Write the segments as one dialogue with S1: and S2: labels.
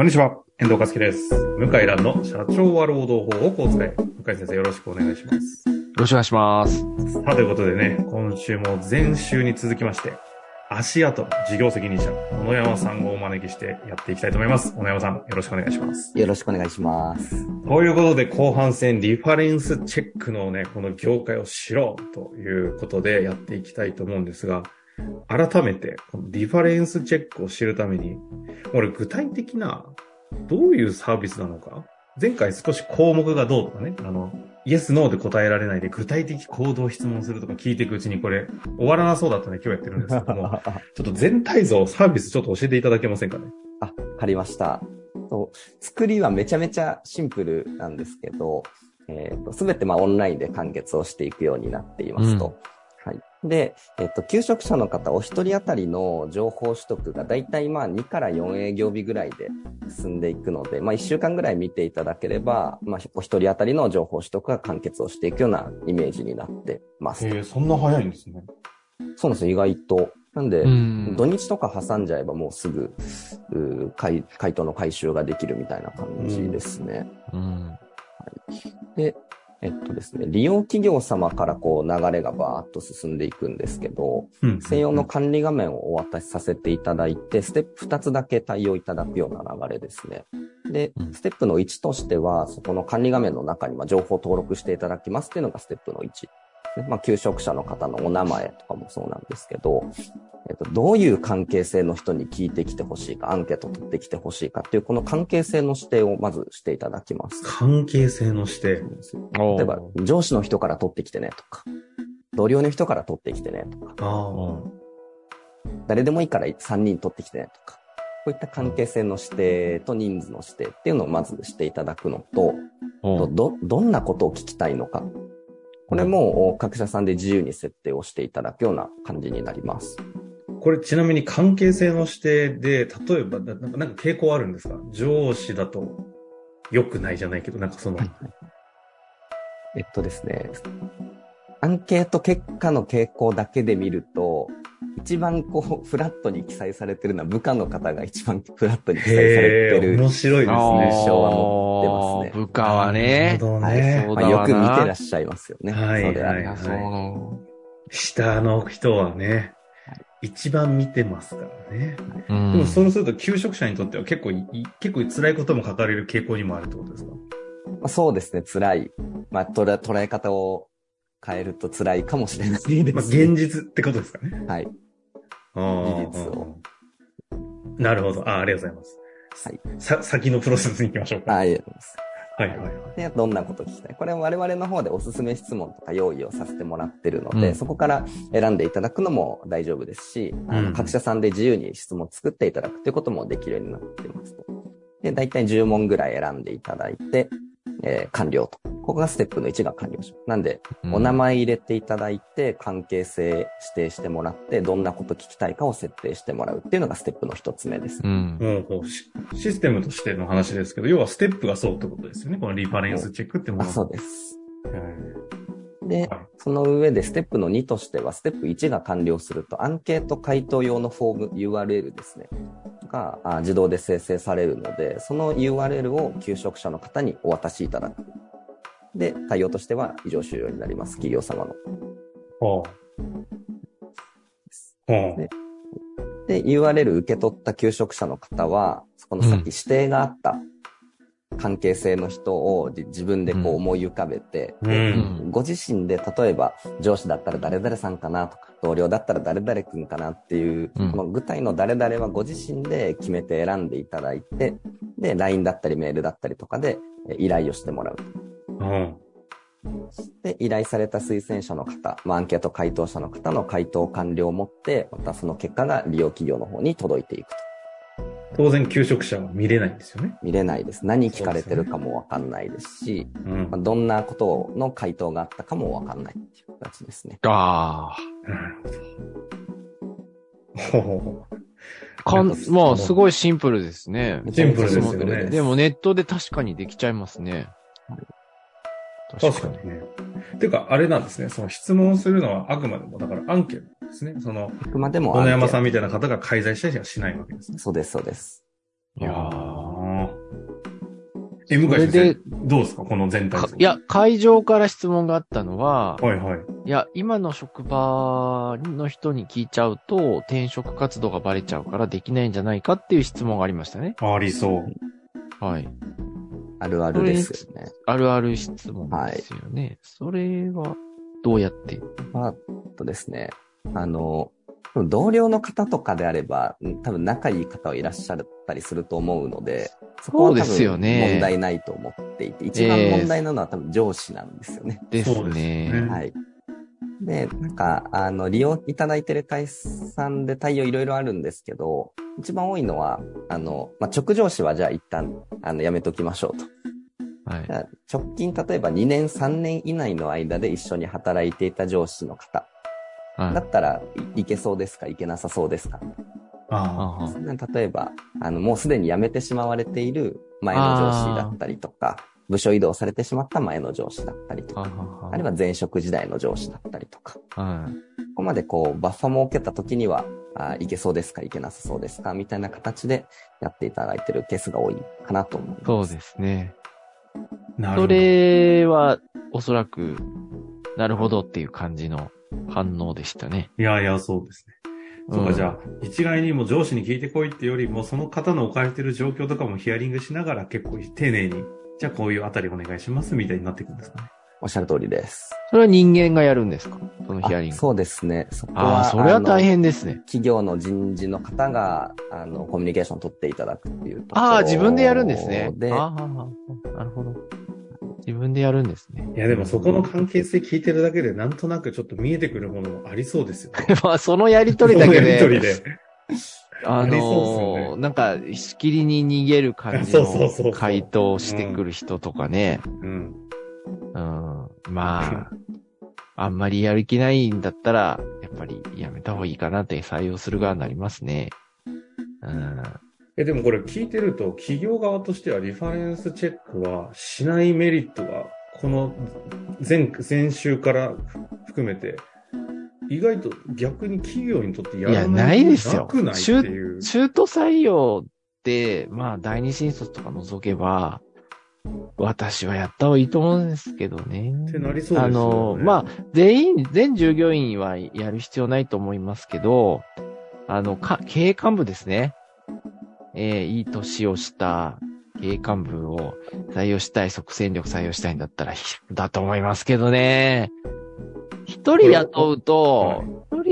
S1: こんにちは、遠藤和樹です。向井蘭の社長は労働法をこう使え。向井先生よろしくお願いします。
S2: よろしくお願いします。
S1: さあ、ということでね、今週も前週に続きまして、足跡事業責任者、小野山さんをお招きしてやっていきたいと思います。小野山さん、よろしくお願いします。
S3: よろしくお願いします。
S1: ということで、後半戦リファレンスチェックのね、この業界を知ろうということでやっていきたいと思うんですが、改めて、このリファレンスチェックを知るために、俺具体的などういうサービスなのか、前回少し項目がどうとかね、イエス、ノーで答えられないで具体的行動質問するとか聞いていくうちにこれ終わらなそうだったんで今日やってるんですけども、ちょっと全体像、サービスちょっと教えていただけませんかね。
S3: わかりました。作りはめちゃめちゃシンプルなんですけど、すべてオンラインで完結をしていくようになっていますと。はい。で、求職者の方お一人当たりの情報取得がだいたい2から4営業日ぐらいで進んでいくので、1週間ぐらい見ていただければ、お一人当たりの情報取得が完結をしていくようなイメージになってますと。
S1: そんな早いんですね。
S3: そうなんですよ、意外と。なんで、土日とか挟んじゃえばもうすぐ、回答の回収ができるみたいな感じですね。はい、で、ですね、利用企業様から流れがバーッと進んでいくんですけど、専用の管理画面をお渡しさせていただいて、ステップ2つだけ対応いただくような流れですね。で、ステップの1としては、そこの管理画面の中に情報を登録していただきますっていうのがステップの1。求職者の方のお名前とかもそうなんですけど、どういう関係性の人に聞いてきてほしいか、アンケート取ってきてほしいかっていう、この関係性の指定をまずしていただきます。
S1: 関係性の指定。
S3: 例えば、上司の人から取ってきてねとか、同僚の人から取ってきてねとか、誰でもいいから3人取ってきてねとか、こういった関係性の指定と人数の指定っていうのをまずしていただくのと、どんなことを聞きたいのか。これも各社さんで自由に設定をしていただくような感じになります。
S1: これちなみに関係性の指定で、例えばなんか傾向あるんですか？上司だと良くないじゃないけど、
S3: ですね、アンケート結果の傾向だけで見ると、一番フラットに記載されてるのは部下の方が一番フラットに記載されてる。
S1: 面白いですね。
S3: 印象は持ってますね。
S2: 部下はね。
S3: よく見てらっしゃいますよね。
S1: 下の人はね、一番見てますからね。でもそうすると求職者にとっては結構辛いことも書かれる傾向にもあるってことですか？
S3: そうですね、辛い。捉え方を変えると辛いかもしれないですね。
S1: 現実ってことですかね。
S3: はい。事実を。
S1: なるほど。ありがとうございます。はい。先のプロセスに行きましょうか。
S3: ありがとうございます。
S1: はい。
S3: で、どんなこと聞きたい？これは我々の方でおすすめ質問とか用意をさせてもらってるので、そこから選んでいただくのも大丈夫ですし、各社さんで自由に質問を作っていただくということもできるようになっていますと。で、だいたい10問ぐらい選んでいただいて、完了と。ここがステップの1が完了します。なんで、お名前入れていただいて、関係性指定してもらって、どんなこと聞きたいかを設定してもらうっていうのがステップの1つ目です。
S1: システムとしての話ですけど、要はステップがそうってことですよね。このリファレンスチェックってもの。
S3: そうです。で、その上でステップの2としては、ステップ1が完了すると、アンケート回答用のフォーム URL ですね。が自動で生成されるので、その URL を求職者の方にお渡しいただく。で、対応としては以上終了になります。企業様の。で、URL 受け取った求職者の方は、このさっき指定があった関係性の人を自分で思い浮かべて、ご自身で例えば上司だったら誰々さんかなとか、同僚だったら誰々くんかなっていう、この具体の誰々はご自身で決めて選んでいただいて、で、LINE だったりメールだったりとかで依頼をしてもらう。で、依頼された推薦者の方、アンケート回答者の方の回答完了をもって、またその結果が利用企業の方に届いていくと。
S1: 当然求職者は見れないんですよね。
S3: 見れないです。何聞かれてるかもわかんないですし、どんなことの回答があったかもわかんないっていう形ですね。
S2: なるほど。すごいシンプルですね。
S1: シンプルですよね。
S2: でもネットで確かにできちゃいますね。
S1: 確かにね。てか、あれなんですね。その質問するのはあくまでも、だからアンケートですね。
S3: あくまでも
S1: 小野山さんみたいな方が介在したりはしないわけですね。
S3: そうです、そうです。
S1: いやー。 向井先生、どうですかこの全体像。
S2: いや、会場から質問があったのは、
S1: はいはい。
S2: いや、今の職場の人に聞いちゃうと、転職活動がバレちゃうからできないんじゃないかっていう質問がありましたね。
S1: ありそう。
S2: はい。
S3: あるあるですよね。
S2: あるある質問ですよね。はい、それは、どうやって
S3: ですね。同僚の方とかであれば、多分仲いい方はいらっしゃったりすると思うので、そこは多分問題ないと思っていて、一番問題なのは多分上司なんですよね。
S2: ですね。
S3: はい。で、なんか、利用いただいている会社さんで対応いろいろあるんですけど、一番多いのは、直上司はじゃあ一旦、やめときましょうと。はい。直近、例えば2年、3年以内の間で一緒に働いていた上司の方。はい、だったらいけそうですかいけなさそうですか例えば、もうすでに辞めてしまわれている前の上司だったりとか、部署移動されてしまった前の上司だったりとか、あるいは前職時代の上司だったりとか、ここまでこう、バッファも受けた時には、いけそうですかいけなさそうですかみたいな形でやっていただいているケースが多いかなと思います。
S2: そうですね。それは、おそらく、なるほどっていう感じの反応でしたね。
S1: いやいや、そうですね。そうか、じゃあ、一概にも上司に聞いてこいってよりも、その方の置かれてる状況とかもヒアリングしながら結構丁寧に、じゃあこういうあたりお願いしますみたいになっていくんですかね。
S3: おっしゃる通りです。
S2: それは人間がやるんですかそのヒアリング。
S3: そうですね。そこは。
S2: それは大変ですね。
S3: 企業の人事の方が、コミュニケーションを取っていただくっていうところ。
S2: 自分でやるんですね。なるほど。自分でやるんですね。
S1: いや、でもそこの関係性聞いてるだけで、なんとなくちょっと見えてくるものもありそうですよね。
S2: まあ、そのやりとりだけで。
S1: そのやりとりで。
S2: なんか、しきりに逃げる感じの回答をしてくる人とかね。まあ、あんまりやる気ないんだったら、やっぱりやめた方がいいかなって採用する側になりますね。
S1: でもこれ聞いてると、企業側としてはリファレンスチェックはしないメリットが、この前週から含めて、意外と逆に企業にとってやらない。いや、
S2: ないですよ。
S1: なくないっていう。
S2: 中途採用って、まあ、第二新卒とか除けば、私はやった方がいいと思うんですけどね。
S1: ってなりそうですよね。
S2: まあ、全従業員はやる必要ないと思いますけど、経営幹部ですね。いい年をした経営幹部を採用したい、即戦力採用したいんだったら、だと思いますけどね。一人雇うと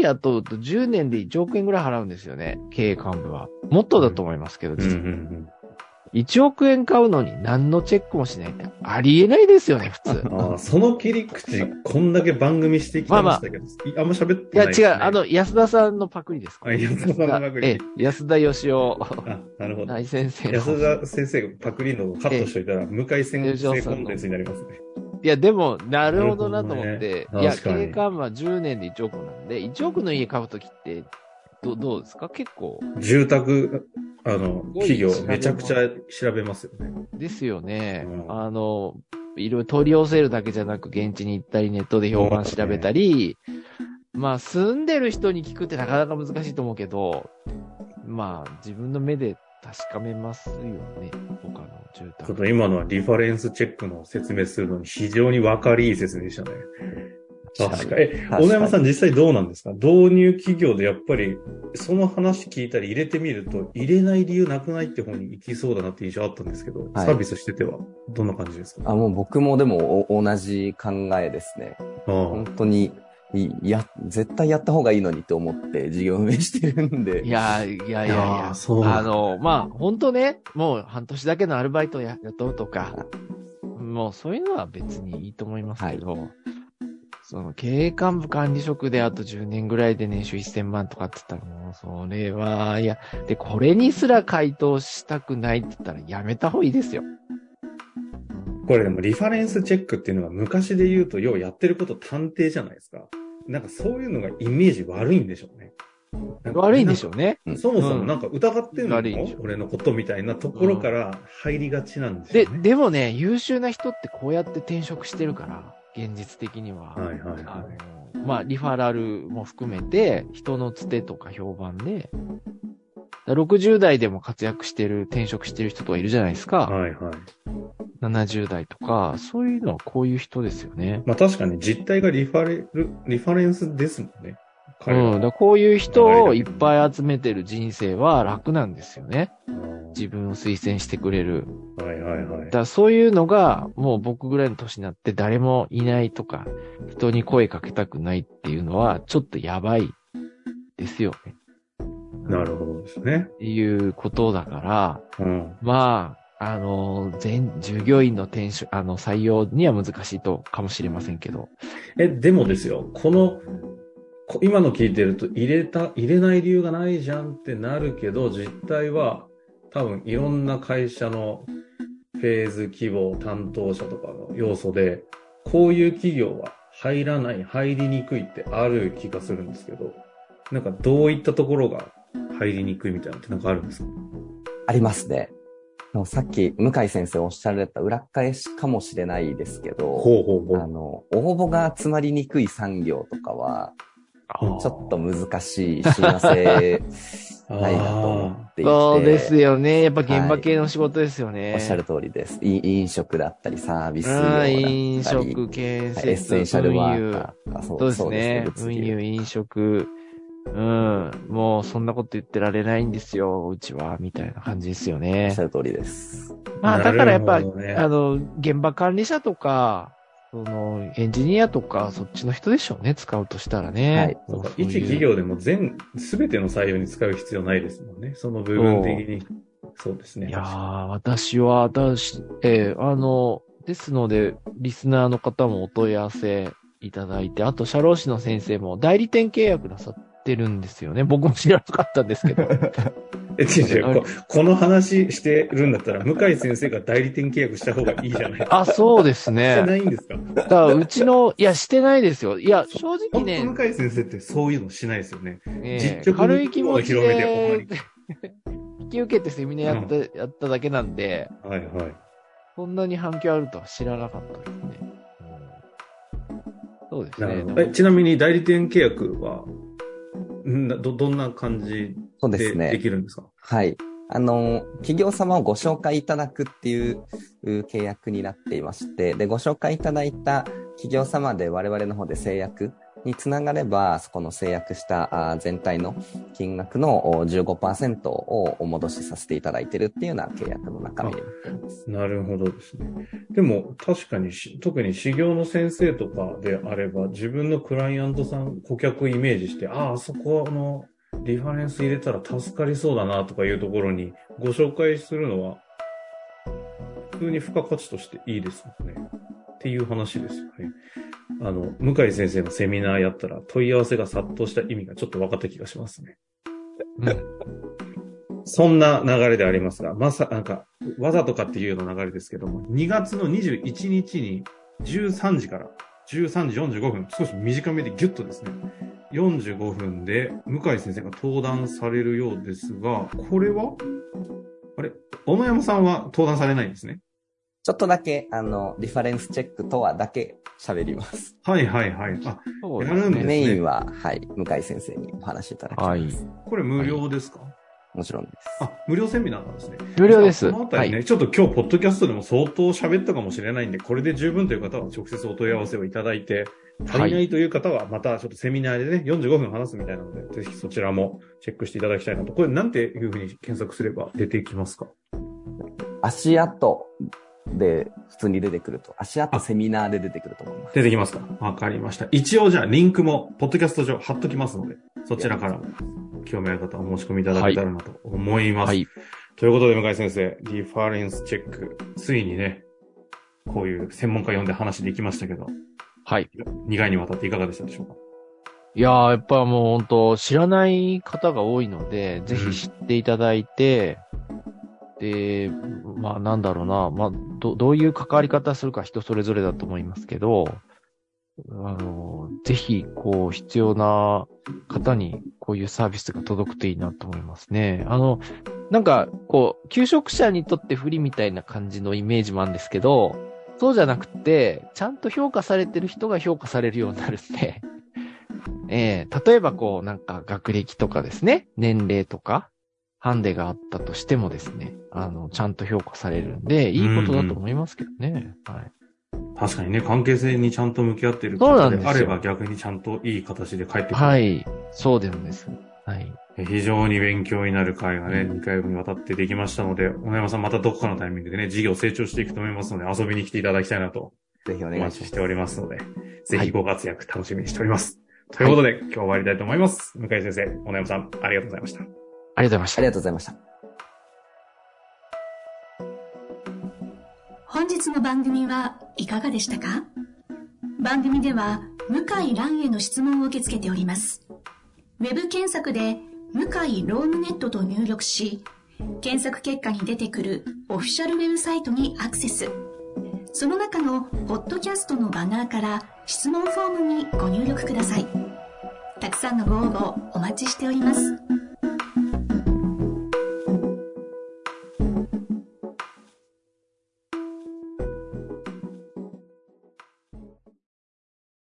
S2: 10年で1億円ぐらい払うんですよね。経営幹部は。もっとだと思いますけど、1億円買うのに何のチェックもしないってありえないですよね、普通。
S1: その切り口、こんだけ番組してきてましたけど、あんま喋ってないですね。
S2: いや、違う、安田さんのパクリですか？
S1: 安田さんのパクリ。
S2: 安田義雄。
S1: なるほど。
S2: 大先生。
S1: 安田先生がパクリのをカットしといたら、向井先生コンテンツになりますね。
S2: いや、でも、なるほどなと思って、いや、経営幹部は10年で1億なんで、1億の家買うときって、どうですか結構。
S1: 住宅、企業めちゃくちゃ調べますよね。
S2: ですよね。いろいろ取り寄せるだけじゃなく現地に行ったりネットで評判調べたり、まあ住んでる人に聞くってなかなか難しいと思うけど、まあ自分の目で確かめますよね。他の住宅。
S1: ちょっと今のはリファレンスチェックの説明するのに非常に分かりいい説明でしたね。確かに。小野山さん実際どうなんですか？導入企業でやっぱりその話聞いたり入れてみると入れない理由なくないって方に行きそうだなって印象あったんですけど、サービスしててはどんな感じですか？
S3: もう僕もでも同じ考えですね。本当に絶対やった方がいいのにって思って事業運営してるんで。
S2: いや、まあ本当ね、もう半年だけのアルバイトを雇うとか、もうそういうのは別にいいと思いますけど、その経営幹部管理職であと10年ぐらいで年収1000万とかって言ったらもうそれは、で、これにすら回答したくないって言ったらやめた方がいいですよ。
S1: これでもリファレンスチェックっていうのが昔で言うと要はやってること探偵じゃないですか。なんかそういうのがイメージ悪いんでしょうね。
S2: 悪いんでしょうね。
S1: そもそもなんか疑ってんの、俺のことみたいなところから入りがちなんですよね。
S2: でもね、優秀な人ってこうやって転職してるから、現実的には。まあ、リファラルも含めて、人のつてとか評判で、60代でも活躍してる、転職してる人とかいるじゃないですか。 70代とか、そういうのはこういう人ですよね。
S1: まあ確かに実態がリファレンスですもんね。
S2: だこういう人をいっぱい集めてる人生は楽なんですよね。自分を推薦してくれる。
S1: はいはいはい。
S2: だからそういうのが、もう僕ぐらいの年になって誰もいないとか、人に声かけたくないっていうのは、ちょっとやばいですよね。
S1: なるほどですね。
S2: っていうことだから、
S1: うん、
S2: まあ、全従業員の採用には難しいとかもしれませんけど。
S1: でもですよ、今の聞いてると入れない理由がないじゃんってなるけど、実態は多分いろんな会社のフェーズ規模、担当者とかの要素で、こういう企業は入りにくいってある気がするんですけど、なんかどういったところが入りにくいみたいなのってなんかあるんですか？
S3: ありますね。さっき向井先生おっしゃられた裏返しかもしれないですけど、応募が集まりにくい産業とかは、ちょっと難しい親和性ないなと思っていて。
S2: そうですよね。やっぱ現場系の仕事ですよね。
S3: おっしゃる通りです。飲食だったりサービス業だったり。
S2: 飲食、建設、
S3: エッセンシャルワーカー。
S2: そうですね。運輸、飲食。もうそんなこと言ってられないんですよ、うちは、みたいな感じですよね。
S3: おっしゃる通りです。
S2: まあだからやっぱ、現場管理者とか、エンジニアとか、そっちの人でしょうね、使うとしたらね。
S1: はい。一企業でもすべての採用に使う必要ないですもんね。その部分的に。そうですね。
S2: いやー、ですので、リスナーの方もお問い合わせいただいて、あと、社労士の先生も代理店契約なさってるんですよね。僕も知らなかったんですけど。
S1: この話してるんだったら、向井先生が代理店契約した方がいいじゃないですか。
S2: あ、そうですね。
S1: してないんですか？
S2: だからうちの、いや、してないですよ。いや、正直ね。
S1: 向井先生ってそういうのしないですよね。
S2: 実直に広めて、引き受けてセミナーやっただけなんで、
S1: はいはい。
S2: そんなに反響あるとは知らなかったですね。そうですね。
S1: ちなみに代理店契約は、どんな感じでできるんですか？
S3: はい。企業様をご紹介いただくっていう契約になっていまして、で、ご紹介いただいた企業様で我々の方で制約につながれば、そこの制約した全体の金額の 15% をお戻しさせていただいているっていうような契約の中身になっています。
S1: なるほどですね。でも確かに特に修行の先生とかであれば、自分のクライアントさん、顧客をイメージして、あそこのリファレンス入れたら助かりそうだなとかいうところにご紹介するのは普通に付加価値としていいですよねっていう話ですよね。向井先生のセミナーやったら問い合わせが殺到した意味がちょっと分かった気がしますね。そんな流れでありますが、なんかわざとかっていうような流れですけども、2月の21日に13時から13時45分、少し短めでギュッとですね、45分で向井先生が登壇されるようですが、これは小野山さんは登壇されないんですね。
S3: ちょっとだけ、リファレンスチェックとはだけ喋ります。
S1: はいはいはい。やるんですね。
S3: メインは、はい、向井先生にお話しいただきます。はい。
S1: これ無料ですか？
S3: もちろんです。
S1: 無料セミナーなんですね。
S2: 無料です。
S1: このあたりね、ちょっと今日ポッドキャストでも相当喋ったかもしれないんで、これで十分という方は直接お問い合わせをいただいて、足りないという方はまたちょっとセミナーでね、45分話すみたいなので、ぜひそちらもチェックしていただきたいなと。これなんていうふうに検索すれば出てきますか？
S3: 足跡で普通に出てくると、足跡セミナーで出てくると思います。
S1: 出てきますか？わかりました。一応じゃあリンクもポッドキャスト上貼っときますので、そちらからも興味ある方はお申し込みいただけたらなと思います。はい。ということで向井先生、リファレンスチェック、ついにね、こういう専門家呼んで話できましたけど、
S2: はい。
S1: 2回にわたっていかがでしたでしょうか？
S2: いやー、やっぱもう本当知らない方が多いので、ぜひ知っていただいて、で、まあなんだろうな、まあどういう関わり方するか人それぞれだと思いますけど、ぜひこう必要な方にこういうサービスが届くといいなと思いますね。なんかこう求職者にとって不利みたいな感じのイメージもあるんですけど、そうじゃなくてちゃんと評価されてる人が評価されるようになるんで、例えばこうなんか学歴とかですね、年齢とか、 ハンデがあったとしてもですね、ちゃんと評価されるんで、いいことだと思いますけどね。はい。
S1: 確かにね、関係性にちゃんと向き合っている方であれば逆にちゃんといい形で返ってくる。
S2: はい。そうなんです。はい。
S1: 非常に勉強になる会がね、2回にわたってできましたので、小野山さんまたどこかのタイミングでね、事業成長していくと思いますので、遊びに来ていただきたいなと。
S3: ぜひお願いします。
S1: お待ちしておりますので、ぜひご活躍楽しみにしております。はい、ということで、今日終わりたいと思います。向井先生、小野山さん、ありがとうございました。
S2: ありがとうございました。
S3: ありがとうございました。
S4: 本日の番組はいかがでしたか？番組では向井蘭への質問を受け付けております。ウェブ検索で向井ロームネットと入力し、検索結果に出てくるオフィシャルウェブサイトにアクセス。その中のポッドキャストのバナーから質問フォームにご入力ください。たくさんのご応募お待ちしております。